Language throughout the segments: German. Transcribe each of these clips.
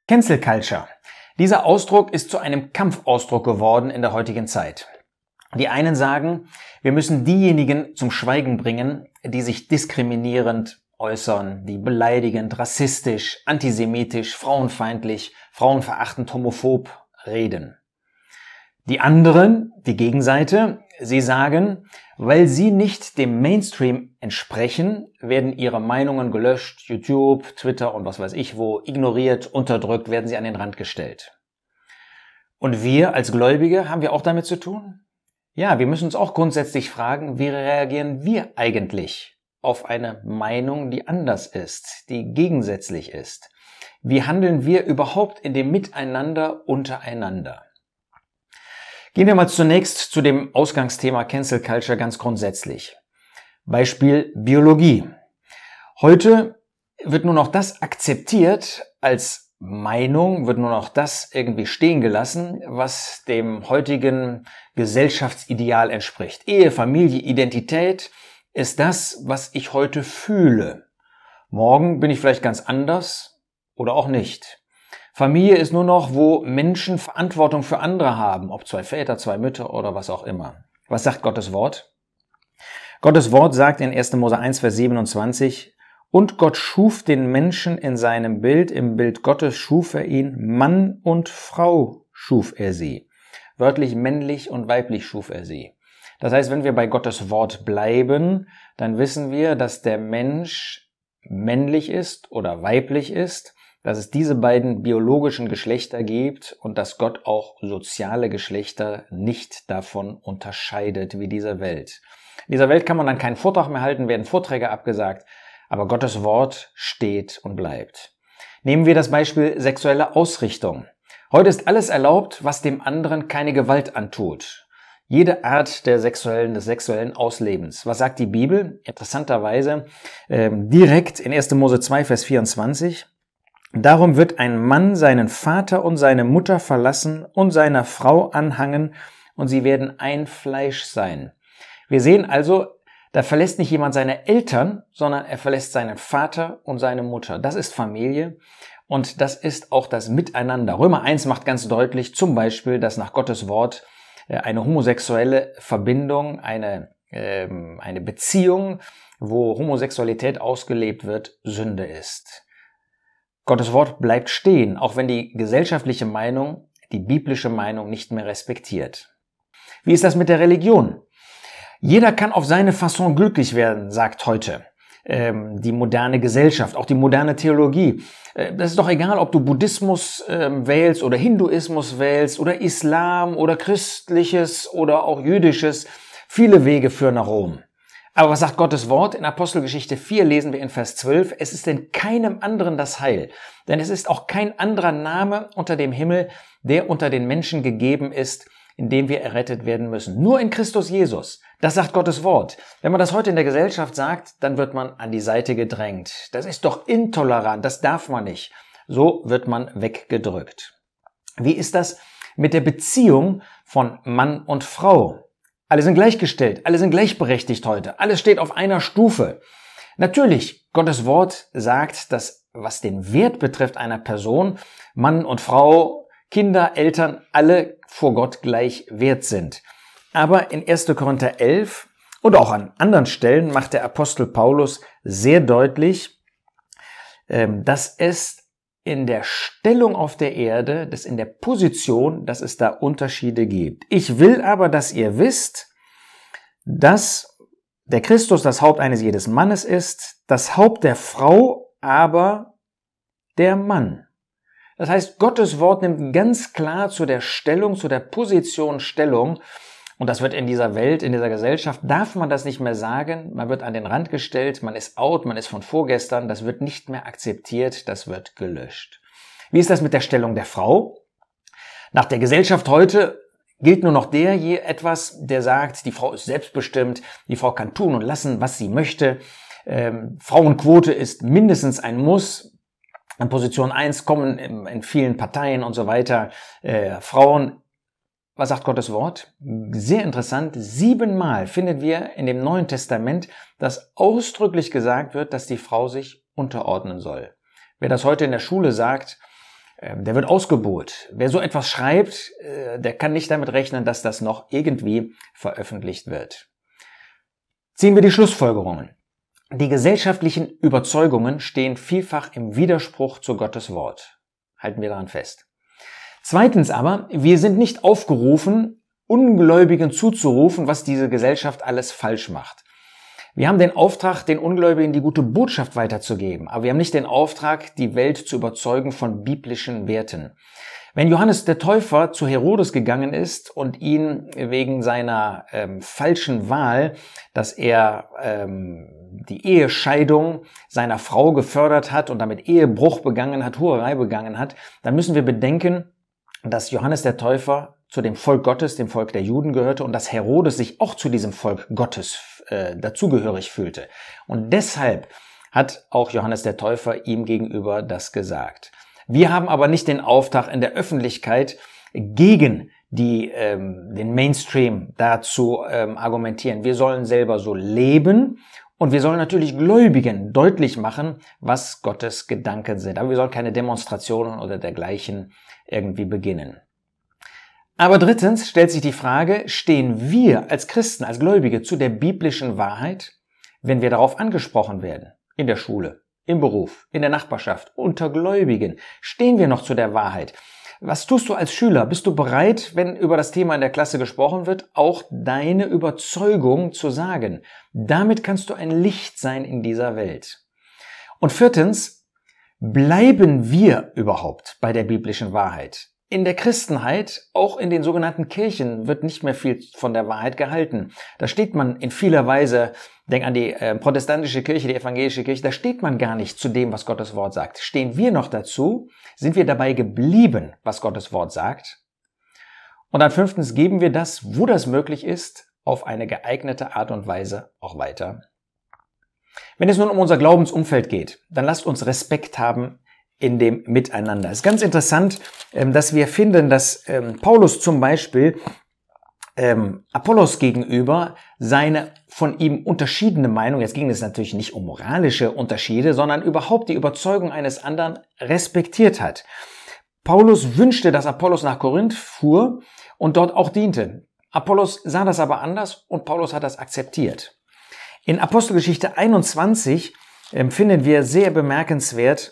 Cancel Culture. Dieser Ausdruck ist zu einem Kampfausdruck geworden in der heutigen Zeit. Die einen sagen, wir müssen diejenigen zum Schweigen bringen, die sich diskriminierend äußern, die beleidigend, rassistisch, antisemitisch, frauenfeindlich, frauenverachtend, homophob reden. Die anderen, die Gegenseite, sie sagen, weil sie nicht dem Mainstream entsprechen, werden ihre Meinungen gelöscht, YouTube, Twitter und was weiß ich wo, ignoriert, unterdrückt, werden sie an den Rand gestellt. Und wir als Gläubige, haben wir auch damit zu tun? Ja, wir müssen uns auch grundsätzlich fragen, wie reagieren wir eigentlich auf eine Meinung, die anders ist, die gegensätzlich ist? Wie handeln wir überhaupt in dem Miteinander untereinander? Gehen wir mal zunächst zu dem Ausgangsthema Cancel Culture ganz grundsätzlich. Beispiel Biologie. Heute wird nur noch das akzeptiert als Meinung, wird nur noch das irgendwie stehen gelassen, was dem heutigen Gesellschaftsideal entspricht. Ehe, Familie, Identität ist das, was ich heute fühle. Morgen bin ich vielleicht ganz anders oder auch nicht. Familie ist nur noch, wo Menschen Verantwortung für andere haben, ob zwei Väter, zwei Mütter oder was auch immer. Was sagt Gottes Wort? Gottes Wort sagt in 1. Mose 1, Vers 27, und Gott schuf den Menschen in seinem Bild, im Bild Gottes schuf er ihn, Mann und Frau schuf er sie. Wörtlich männlich und weiblich schuf er sie. Das heißt, wenn wir bei Gottes Wort bleiben, dann wissen wir, dass der Mensch männlich ist oder weiblich ist, dass es diese beiden biologischen Geschlechter gibt und dass Gott auch soziale Geschlechter nicht davon unterscheidet wie diese Welt. In dieser Welt kann man dann keinen Vortrag mehr halten, werden Vorträge abgesagt, aber Gottes Wort steht und bleibt. Nehmen wir das Beispiel sexuelle Ausrichtung. Heute ist alles erlaubt, was dem anderen keine Gewalt antut. Jede Art des sexuellen Auslebens. Was sagt die Bibel? Interessanterweise direkt in 1. Mose 2, Vers 24. Darum wird ein Mann seinen Vater und seine Mutter verlassen und seiner Frau anhangen und sie werden ein Fleisch sein. Wir sehen also, da verlässt nicht jemand seine Eltern, sondern er verlässt seinen Vater und seine Mutter. Das ist Familie und das ist auch das Miteinander. Römer 1 macht ganz deutlich zum Beispiel, dass nach Gottes Wort eine homosexuelle Verbindung, eine Beziehung, wo Homosexualität ausgelebt wird, Sünde ist. Gottes Wort bleibt stehen, auch wenn die gesellschaftliche Meinung, die biblische Meinung nicht mehr respektiert. Wie ist das mit der Religion? Jeder kann auf seine Fasson glücklich werden, sagt heute die moderne Gesellschaft, auch die moderne Theologie. Das ist doch egal, ob du Buddhismus wählst oder Hinduismus wählst oder Islam oder Christliches oder auch Jüdisches. Viele Wege führen nach Rom. Aber was sagt Gottes Wort? In Apostelgeschichte 4 lesen wir in Vers 12, es ist in keinem anderen das Heil, denn es ist auch kein anderer Name unter dem Himmel, der unter den Menschen gegeben ist, in dem wir errettet werden müssen. Nur in Christus Jesus. Das sagt Gottes Wort. Wenn man das heute in der Gesellschaft sagt, dann wird man an die Seite gedrängt. Das ist doch intolerant, das darf man nicht. So wird man weggedrückt. Wie ist das mit der Beziehung von Mann und Frau? Alle sind gleichgestellt, alle sind gleichberechtigt heute, alles steht auf einer Stufe. Natürlich, Gottes Wort sagt, dass was den Wert betrifft einer Person, Mann und Frau, Kinder, Eltern, alle vor Gott gleich wert sind. Aber in 1. Korinther 11 und auch an anderen Stellen macht der Apostel Paulus sehr deutlich, dass es in der Stellung auf der Erde, in der Position, dass es da Unterschiede gibt. Ich will aber, dass ihr wisst, dass der Christus das Haupt eines jedes Mannes ist, das Haupt der Frau aber der Mann. Das heißt, Gottes Wort nimmt ganz klar zu der Stellung, zu der Position Stellung. Und das wird in dieser Welt, in dieser Gesellschaft, darf man das nicht mehr sagen. Man wird an den Rand gestellt, man ist out, man ist von vorgestern. Das wird nicht mehr akzeptiert, das wird gelöscht. Wie ist das mit der Stellung der Frau? Nach der Gesellschaft heute gilt nur noch der sagt, die Frau ist selbstbestimmt, die Frau kann tun und lassen, was sie möchte. Frauenquote ist mindestens ein Muss. An Position 1 kommen in vielen Parteien und so weiter Frauen. Was sagt Gottes Wort? Sehr interessant. 7-mal finden wir in dem Neuen Testament, dass ausdrücklich gesagt wird, dass die Frau sich unterordnen soll. Wer das heute in der Schule sagt, Der wird ausgebuht. Wer so etwas schreibt, der kann nicht damit rechnen, dass das noch irgendwie veröffentlicht wird. Ziehen wir die Schlussfolgerungen. Die gesellschaftlichen Überzeugungen stehen vielfach im Widerspruch zu Gottes Wort. Halten wir daran fest. Zweitens aber, wir sind nicht aufgerufen, Ungläubigen zuzurufen, was diese Gesellschaft alles falsch macht. Wir haben den Auftrag, den Ungläubigen die gute Botschaft weiterzugeben, aber wir haben nicht den Auftrag, die Welt zu überzeugen von biblischen Werten. Wenn Johannes der Täufer zu Herodes gegangen ist und ihn wegen seiner falschen Wahl, dass er die Ehescheidung seiner Frau gefördert hat und damit Ehebruch begangen hat, Hurerei begangen hat, dann müssen wir bedenken, dass Johannes der Täufer zu dem Volk Gottes, dem Volk der Juden gehörte und dass Herodes sich auch zu diesem Volk Gottes dazugehörig fühlte. Und deshalb hat auch Johannes der Täufer ihm gegenüber das gesagt. Wir haben aber nicht den Auftrag, in der Öffentlichkeit gegen den Mainstream dazu argumentieren. Wir sollen selber so leben und wir sollen natürlich Gläubigen deutlich machen, was Gottes Gedanken sind. Aber wir sollen keine Demonstrationen oder dergleichen irgendwie beginnen. Aber drittens stellt sich die Frage, stehen wir als Christen, als Gläubige zu der biblischen Wahrheit, wenn wir darauf angesprochen werden? In der Schule, im Beruf, in der Nachbarschaft, unter Gläubigen. Stehen wir noch zu der Wahrheit? Was tust du als Schüler? Bist du bereit, wenn über das Thema in der Klasse gesprochen wird, auch deine Überzeugung zu sagen? Damit kannst du ein Licht sein in dieser Welt. Und viertens, bleiben wir überhaupt bei der biblischen Wahrheit? In der Christenheit, auch in den sogenannten Kirchen, wird nicht mehr viel von der Wahrheit gehalten. Da steht man in vieler Weise, denk an die protestantische Kirche, die evangelische Kirche, da steht man gar nicht zu dem, was Gottes Wort sagt. Stehen wir noch dazu? Sind wir dabei geblieben, was Gottes Wort sagt? Und dann fünftens, geben wir das, wo das möglich ist, auf eine geeignete Art und Weise auch weiter. Wenn es nun um unser Glaubensumfeld geht, dann lasst uns Respekt haben in dem Miteinander. Es ist ganz interessant, dass wir finden, dass Paulus zum Beispiel Apollos gegenüber seine von ihm unterschiedene Meinung, jetzt ging es natürlich nicht um moralische Unterschiede, sondern überhaupt die Überzeugung eines anderen respektiert hat. Paulus wünschte, dass Apollos nach Korinth fuhr und dort auch diente. Apollos sah das aber anders und Paulus hat das akzeptiert. In Apostelgeschichte 21 finden wir sehr bemerkenswert,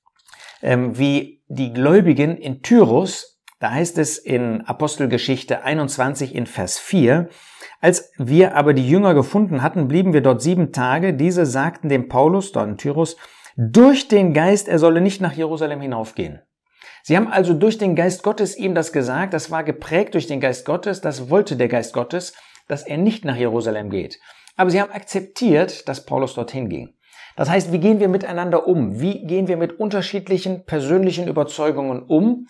wie die Gläubigen in Tyrus, da heißt es in Apostelgeschichte 21 in Vers 4, als wir aber die Jünger gefunden hatten, blieben wir dort 7 Tage. Diese sagten dem Paulus, dort in Tyrus, durch den Geist, er solle nicht nach Jerusalem hinaufgehen. Sie haben also durch den Geist Gottes ihm das gesagt, das war geprägt durch den Geist Gottes, das wollte der Geist Gottes, dass er nicht nach Jerusalem geht. Aber sie haben akzeptiert, dass Paulus dorthin ging. Das heißt, wie gehen wir miteinander um? Wie gehen wir mit unterschiedlichen persönlichen Überzeugungen um?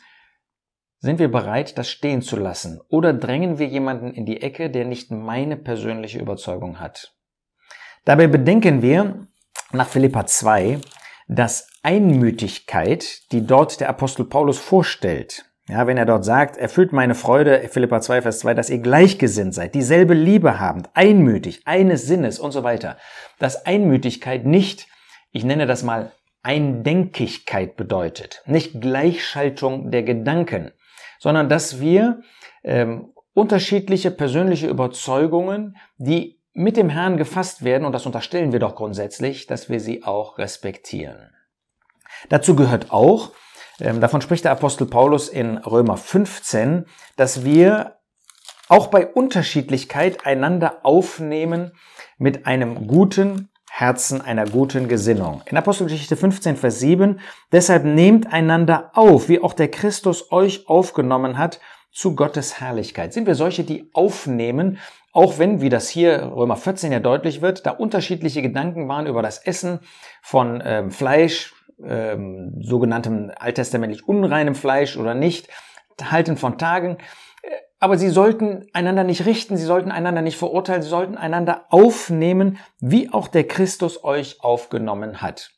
Sind wir bereit, das stehen zu lassen? Oder drängen wir jemanden in die Ecke, der nicht meine persönliche Überzeugung hat? Dabei bedenken wir nach Philipper 2, dass Einmütigkeit, die dort der Apostel Paulus vorstellt, ja, wenn er dort sagt, erfüllt meine Freude, Philipper 2, Vers 2, dass ihr gleichgesinnt seid, dieselbe Liebe habend, einmütig, eines Sinnes und so weiter. Dass Einmütigkeit nicht, ich nenne das mal Eindenkigkeit bedeutet, nicht Gleichschaltung der Gedanken, sondern dass wir unterschiedliche persönliche Überzeugungen, die mit dem Herrn gefasst werden, und das unterstellen wir doch grundsätzlich, dass wir sie auch respektieren. Dazu gehört auch, davon spricht der Apostel Paulus in Römer 15, dass wir auch bei Unterschiedlichkeit einander aufnehmen mit einem guten Herzen, einer guten Gesinnung. In Apostelgeschichte 15, Vers 7, deshalb nehmt einander auf, wie auch der Christus euch aufgenommen hat, zu Gottes Herrlichkeit. Sind wir solche, die aufnehmen, auch wenn, wie das hier Römer 14 ja deutlich wird, da unterschiedliche Gedanken waren über das Essen von Fleisch, sogenanntem alttestamentlich unreinem Fleisch oder nicht, Halten von Tagen. Aber sie sollten einander nicht richten, sie sollten einander nicht verurteilen, sie sollten einander aufnehmen, wie auch der Christus euch aufgenommen hat.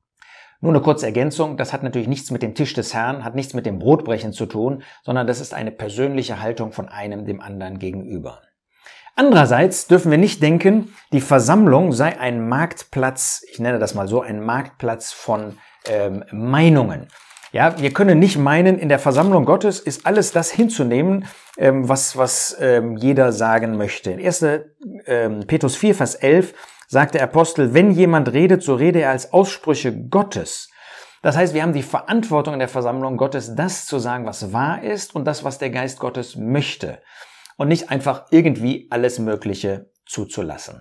Nur eine kurze Ergänzung, das hat natürlich nichts mit dem Tisch des Herrn, hat nichts mit dem Brotbrechen zu tun, sondern das ist eine persönliche Haltung von einem dem anderen gegenüber. Andererseits dürfen wir nicht denken, die Versammlung sei ein Marktplatz, ich nenne das mal so, ein Marktplatz von Meinungen. Ja, wir können nicht meinen, in der Versammlung Gottes ist alles das hinzunehmen, was jeder sagen möchte. In 1. Petrus 4, Vers 11 sagt der Apostel, wenn jemand redet, so rede er als Aussprüche Gottes. Das heißt, wir haben die Verantwortung in der Versammlung Gottes, das zu sagen, was wahr ist und das, was der Geist Gottes möchte. Und nicht einfach irgendwie alles Mögliche zuzulassen.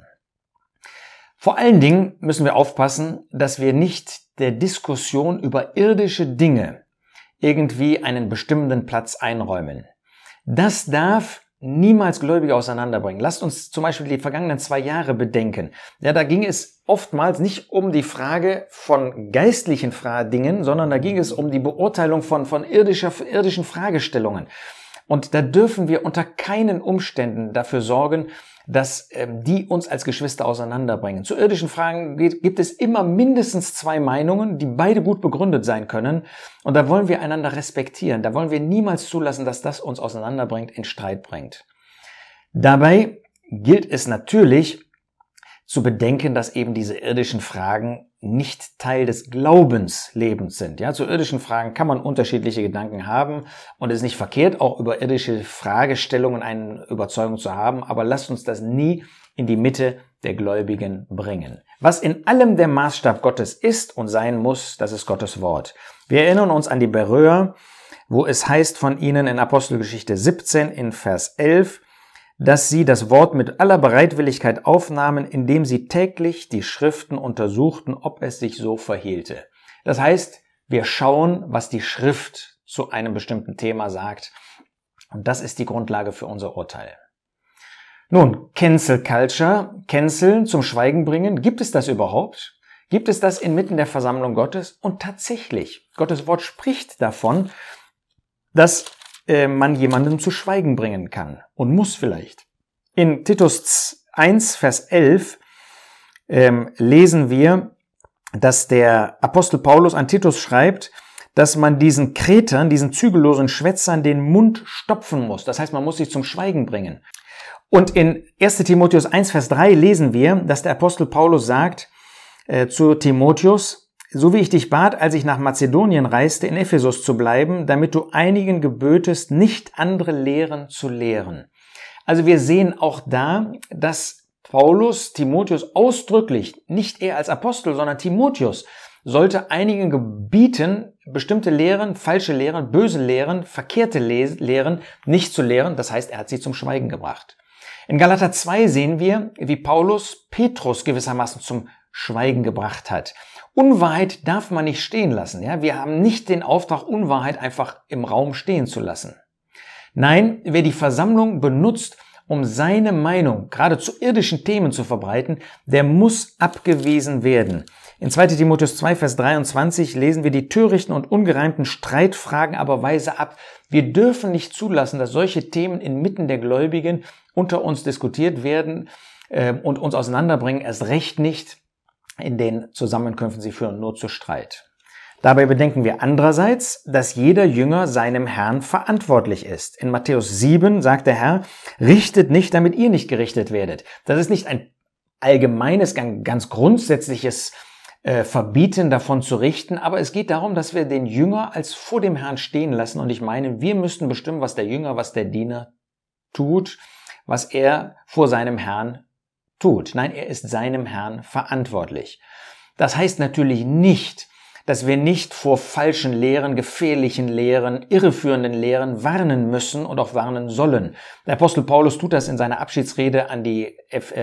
Vor allen Dingen müssen wir aufpassen, dass wir nicht der Diskussion über irdische Dinge irgendwie einen bestimmenden Platz einräumen. Das darf niemals Gläubige auseinanderbringen. Lasst uns zum Beispiel die vergangenen 2 Jahre bedenken. Ja, da ging es oftmals nicht um die Frage von geistlichen Dingen, sondern da ging es um die Beurteilung von irdischen Fragestellungen. Und da dürfen wir unter keinen Umständen dafür sorgen, dass die uns als Geschwister auseinanderbringen. Zu irdischen Fragen gibt es immer mindestens 2 Meinungen, die beide gut begründet sein können. Und da wollen wir einander respektieren. Da wollen wir niemals zulassen, dass das uns auseinanderbringt, in Streit bringt. Dabei gilt es natürlich zu bedenken, dass eben diese irdischen Fragen nicht Teil des Glaubenslebens sind. Ja, zu irdischen Fragen kann man unterschiedliche Gedanken haben und es ist nicht verkehrt, auch über irdische Fragestellungen eine Überzeugung zu haben, aber lasst uns das nie in die Mitte der Gläubigen bringen. Was in allem der Maßstab Gottes ist und sein muss, das ist Gottes Wort. Wir erinnern uns an die Beröer, wo es heißt von ihnen in Apostelgeschichte 17 in Vers 11, dass sie das Wort mit aller Bereitwilligkeit aufnahmen, indem sie täglich die Schriften untersuchten, ob es sich so verhielte. Das heißt, wir schauen, was die Schrift zu einem bestimmten Thema sagt. Und das ist die Grundlage für unser Urteil. Nun, Cancel Culture, canceln, zum Schweigen bringen, gibt es das überhaupt? Gibt es das inmitten der Versammlung Gottes? Und tatsächlich, Gottes Wort spricht davon, dass man jemanden zu Schweigen bringen kann und muss vielleicht. In Titus 1, Vers 11 lesen wir, dass der Apostel Paulus an Titus schreibt, dass man diesen Kretern, diesen zügellosen Schwätzern den Mund stopfen muss. Das heißt, man muss sie zum Schweigen bringen. Und in 1. Timotheus 1, Vers 3 lesen wir, dass der Apostel Paulus sagt zu Timotheus, so wie ich dich bat, als ich nach Mazedonien reiste, in Ephesus zu bleiben, damit du einigen gebötest, nicht andere Lehren zu lehren. Also wir sehen auch da, dass Paulus Timotheus ausdrücklich, nicht er als Apostel, sondern Timotheus, sollte einigen gebieten, bestimmte Lehren, falsche Lehren, böse Lehren, verkehrte Lehren nicht zu lehren. Das heißt, er hat sie zum Schweigen gebracht. In Galater 2 sehen wir, wie Paulus Petrus gewissermaßen zum Schweigen gebracht hat. Unwahrheit darf man nicht stehen lassen. Ja? Wir haben nicht den Auftrag, Unwahrheit einfach im Raum stehen zu lassen. Nein, wer die Versammlung benutzt, um seine Meinung gerade zu irdischen Themen zu verbreiten, der muss abgewiesen werden. In 2. Timotheus 2, Vers 23 lesen wir, die törichten und ungereimten Streitfragen aber weise ab. Wir dürfen nicht zulassen, dass solche Themen inmitten der Gläubigen unter uns diskutiert werden und uns auseinanderbringen, erst recht nicht in den Zusammenkünften, sie führen nur zu Streit. Dabei bedenken wir andererseits, dass jeder Jünger seinem Herrn verantwortlich ist. In Matthäus 7 sagt der Herr, richtet nicht, damit ihr nicht gerichtet werdet. Das ist nicht ein allgemeines, ganz grundsätzliches Verbieten davon zu richten, aber es geht darum, dass wir den Jünger als vor dem Herrn stehen lassen und ich meine, wir müssten bestimmen, was der Jünger, was der Diener tut, was er vor seinem Herrn tut. Nein, er ist seinem Herrn verantwortlich. Das heißt natürlich nicht, dass wir nicht vor falschen Lehren, gefährlichen Lehren, irreführenden Lehren warnen müssen und auch warnen sollen. Der Apostel Paulus tut das in seiner Abschiedsrede an die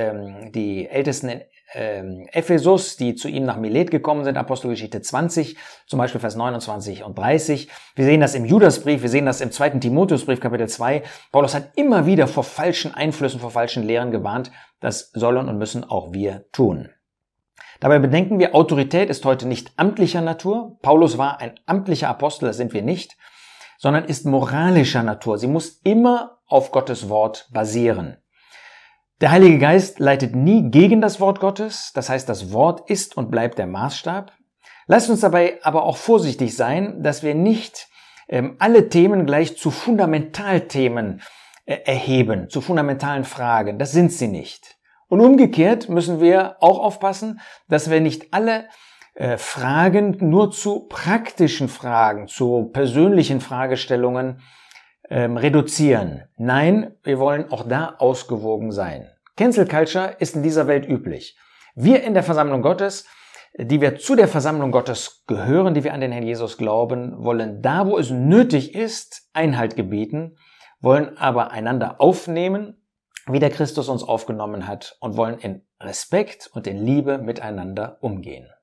Ältesten in Ephesus, die zu ihm nach Milet gekommen sind, Apostelgeschichte 20, zum Beispiel Vers 29 und 30. Wir sehen das im Judasbrief, wir sehen das im 2. Timotheusbrief, Kapitel 2. Paulus hat immer wieder vor falschen Einflüssen, vor falschen Lehren gewarnt. Das sollen und müssen auch wir tun. Dabei bedenken wir, Autorität ist heute nicht amtlicher Natur. Paulus war ein amtlicher Apostel, das sind wir nicht, sondern ist moralischer Natur. Sie muss immer auf Gottes Wort basieren. Der Heilige Geist leitet nie gegen das Wort Gottes. Das heißt, das Wort ist und bleibt der Maßstab. Lasst uns dabei aber auch vorsichtig sein, dass wir nicht alle Themen gleich zu Fundamentalthemen erheben, zu fundamentalen Fragen. Das sind sie nicht. Und umgekehrt müssen wir auch aufpassen, dass wir nicht alle Fragen nur zu praktischen Fragen, zu persönlichen Fragestellungen reduzieren. Nein, wir wollen auch da ausgewogen sein. Cancel Culture ist in dieser Welt üblich. Wir in der Versammlung Gottes, die wir zu der Versammlung Gottes gehören, die wir an den Herrn Jesus glauben, wollen da, wo es nötig ist, Einhalt gebieten, wollen aber einander aufnehmen, wie der Christus uns aufgenommen hat, und wollen in Respekt und in Liebe miteinander umgehen.